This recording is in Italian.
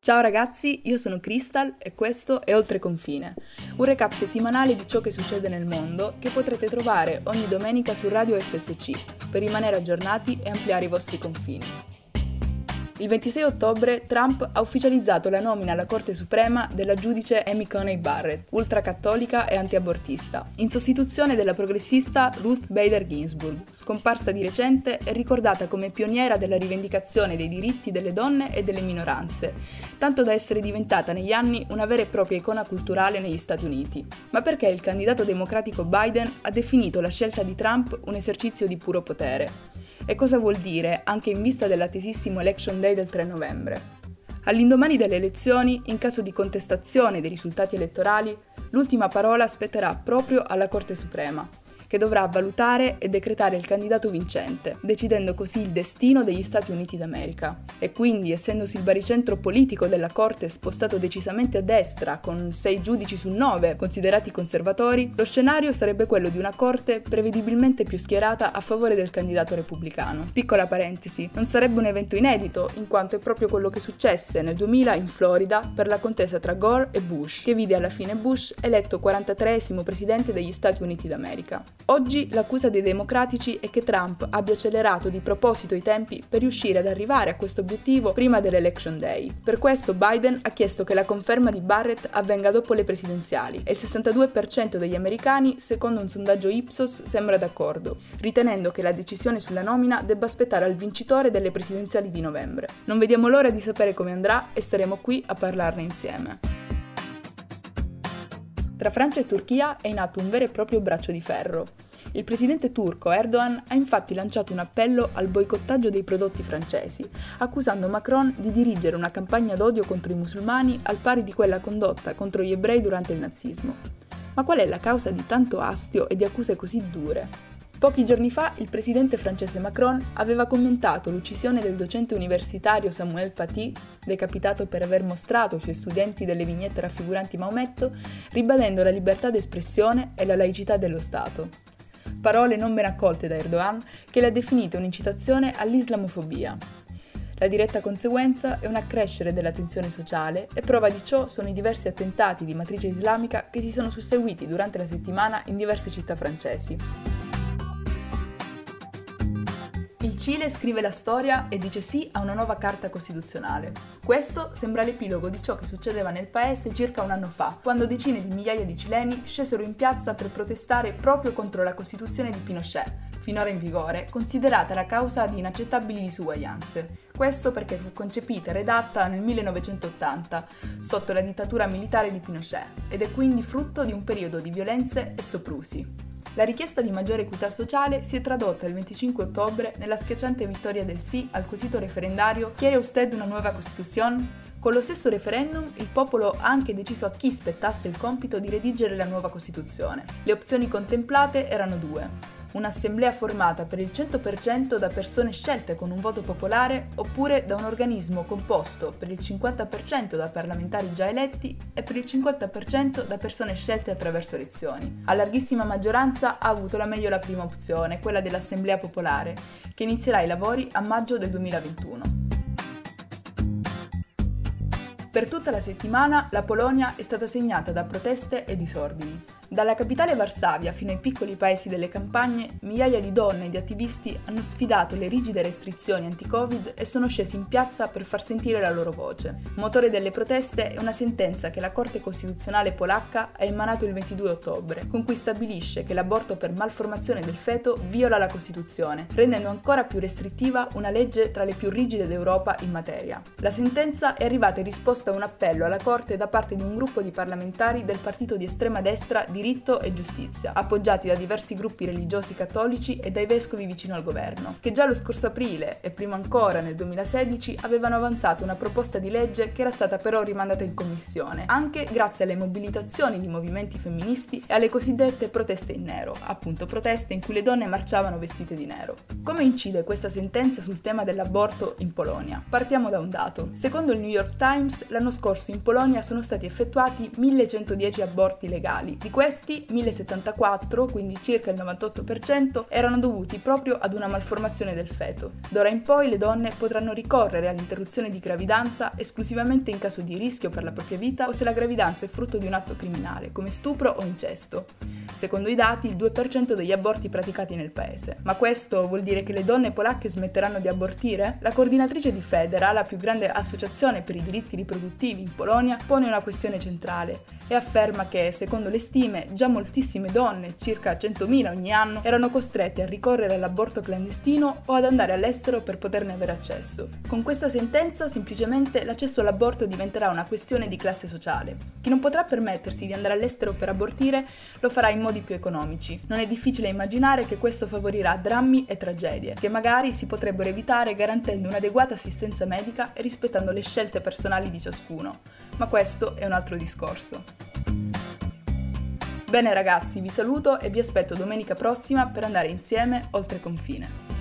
Ciao ragazzi, io sono Crystal e questo è Oltre Confine, un recap settimanale di ciò che succede nel mondo che potrete trovare ogni domenica su Radio FSC per rimanere aggiornati e ampliare i vostri confini. Il 26 ottobre Trump ha ufficializzato la nomina alla Corte Suprema della giudice Amy Coney Barrett, ultracattolica e antiabortista, in sostituzione della progressista Ruth Bader Ginsburg, scomparsa di recente e ricordata come pioniera della rivendicazione dei diritti delle donne e delle minoranze, tanto da essere diventata negli anni una vera e propria icona culturale negli Stati Uniti. Ma perché il candidato democratico Biden ha definito la scelta di Trump un esercizio di puro potere? E cosa vuol dire anche in vista dell'attesissimo Election Day del 3 novembre? All'indomani delle elezioni, in caso di contestazione dei risultati elettorali, l'ultima parola spetterà proprio alla Corte Suprema, che dovrà valutare e decretare il candidato vincente, decidendo così il destino degli Stati Uniti d'America. E quindi, essendosi il baricentro politico della Corte spostato decisamente a destra, con 6 giudici su 9 considerati conservatori, lo scenario sarebbe quello di una Corte prevedibilmente più schierata a favore del candidato repubblicano. Piccola parentesi, non sarebbe un evento inedito, in quanto è proprio quello che successe nel 2000 in Florida per la contesa tra Gore e Bush, che vide alla fine Bush eletto 43esimo presidente degli Stati Uniti d'America. Oggi l'accusa dei democratici è che Trump abbia accelerato di proposito i tempi per riuscire ad arrivare a questo obiettivo prima dell'Election Day. Per questo Biden ha chiesto che la conferma di Barrett avvenga dopo le presidenziali e il 62% degli americani, secondo un sondaggio Ipsos, sembra d'accordo, ritenendo che la decisione sulla nomina debba aspettare al vincitore delle presidenziali di novembre. Non vediamo l'ora di sapere come andrà e staremo qui a parlarne insieme. Tra Francia e Turchia è in atto un vero e proprio braccio di ferro. Il presidente turco Erdogan ha infatti lanciato un appello al boicottaggio dei prodotti francesi, accusando Macron di dirigere una campagna d'odio contro i musulmani al pari di quella condotta contro gli ebrei durante il nazismo. Ma qual è la causa di tanto astio e di accuse così dure? Pochi giorni fa il presidente francese Macron aveva commentato l'uccisione del docente universitario Samuel Paty, decapitato per aver mostrato ai suoi studenti delle vignette raffiguranti Maometto, ribadendo la libertà d'espressione e la laicità dello Stato. Parole non ben accolte da Erdogan, che le ha definite un'incitazione all'islamofobia. La diretta conseguenza è un accrescere della tensione sociale e prova di ciò sono i diversi attentati di matrice islamica che si sono susseguiti durante la settimana in diverse città francesi. Il Cile scrive la storia e dice sì a una nuova carta costituzionale. Questo sembra l'epilogo di ciò che succedeva nel paese circa un anno fa, quando decine di migliaia di cileni scesero in piazza per protestare proprio contro la Costituzione di Pinochet, finora in vigore, considerata la causa di inaccettabili disuguaglianze. Questo perché fu concepita e redatta nel 1980, sotto la dittatura militare di Pinochet, ed è quindi frutto di un periodo di violenze e soprusi. La richiesta di maggiore equità sociale si è tradotta il 25 ottobre nella schiacciante vittoria del sì al quesito referendario «Quiere usted una nuova Constitución?». Con lo stesso referendum il popolo ha anche deciso a chi spettasse il compito di redigere la nuova Costituzione. Le opzioni contemplate erano due. Un'assemblea formata per il 100% da persone scelte con un voto popolare oppure da un organismo composto per il 50% da parlamentari già eletti e per il 50% da persone scelte attraverso elezioni. A larghissima maggioranza ha avuto la meglio la prima opzione, quella dell'Assemblea Popolare, che inizierà i lavori a maggio del 2021. Per tutta la settimana la Polonia è stata segnata da proteste e disordini. Dalla capitale Varsavia fino ai piccoli paesi delle campagne, migliaia di donne e di attivisti hanno sfidato le rigide restrizioni anti-Covid e sono scesi in piazza per far sentire la loro voce. Motore delle proteste è una sentenza che la Corte Costituzionale polacca ha emanato il 22 ottobre, con cui stabilisce che l'aborto per malformazione del feto viola la Costituzione, rendendo ancora più restrittiva una legge tra le più rigide d'Europa in materia. La sentenza è arrivata in risposta a un appello alla Corte da parte di un gruppo di parlamentari del partito di estrema destra Diritto e Giustizia, appoggiati da diversi gruppi religiosi cattolici e dai vescovi vicino al governo, che già lo scorso aprile e prima ancora nel 2016 avevano avanzato una proposta di legge che era stata però rimandata in commissione, anche grazie alle mobilitazioni di movimenti femministi e alle cosiddette proteste in nero, appunto proteste in cui le donne marciavano vestite di nero. Come incide questa sentenza sul tema dell'aborto in Polonia? Partiamo da un dato. Secondo il New York Times, l'anno scorso in Polonia sono stati effettuati 1110 aborti legali, di questi, 1074, quindi circa il 98%, erano dovuti proprio ad una malformazione del feto. D'ora in poi le donne potranno ricorrere all'interruzione di gravidanza esclusivamente in caso di rischio per la propria vita o se la gravidanza è frutto di un atto criminale, come stupro o incesto. Secondo i dati, il 2% degli aborti praticati nel paese. Ma questo vuol dire che le donne polacche smetteranno di abortire? La coordinatrice di Federa, la più grande associazione per i diritti riproduttivi in Polonia, pone una questione centrale e afferma che, secondo le stime, già moltissime donne, circa 100.000 ogni anno, erano costrette a ricorrere all'aborto clandestino o ad andare all'estero per poterne avere accesso. Con questa sentenza, semplicemente, l'accesso all'aborto diventerà una questione di classe sociale. Chi non potrà permettersi di andare all'estero per abortire lo farà in modi più economici. Non è difficile immaginare che questo favorirà drammi e tragedie, che magari si potrebbero evitare garantendo un'adeguata assistenza medica e rispettando le scelte personali di ciascuno. Ma questo è un altro discorso. Bene ragazzi, vi saluto e vi aspetto domenica prossima per andare insieme oltre confine.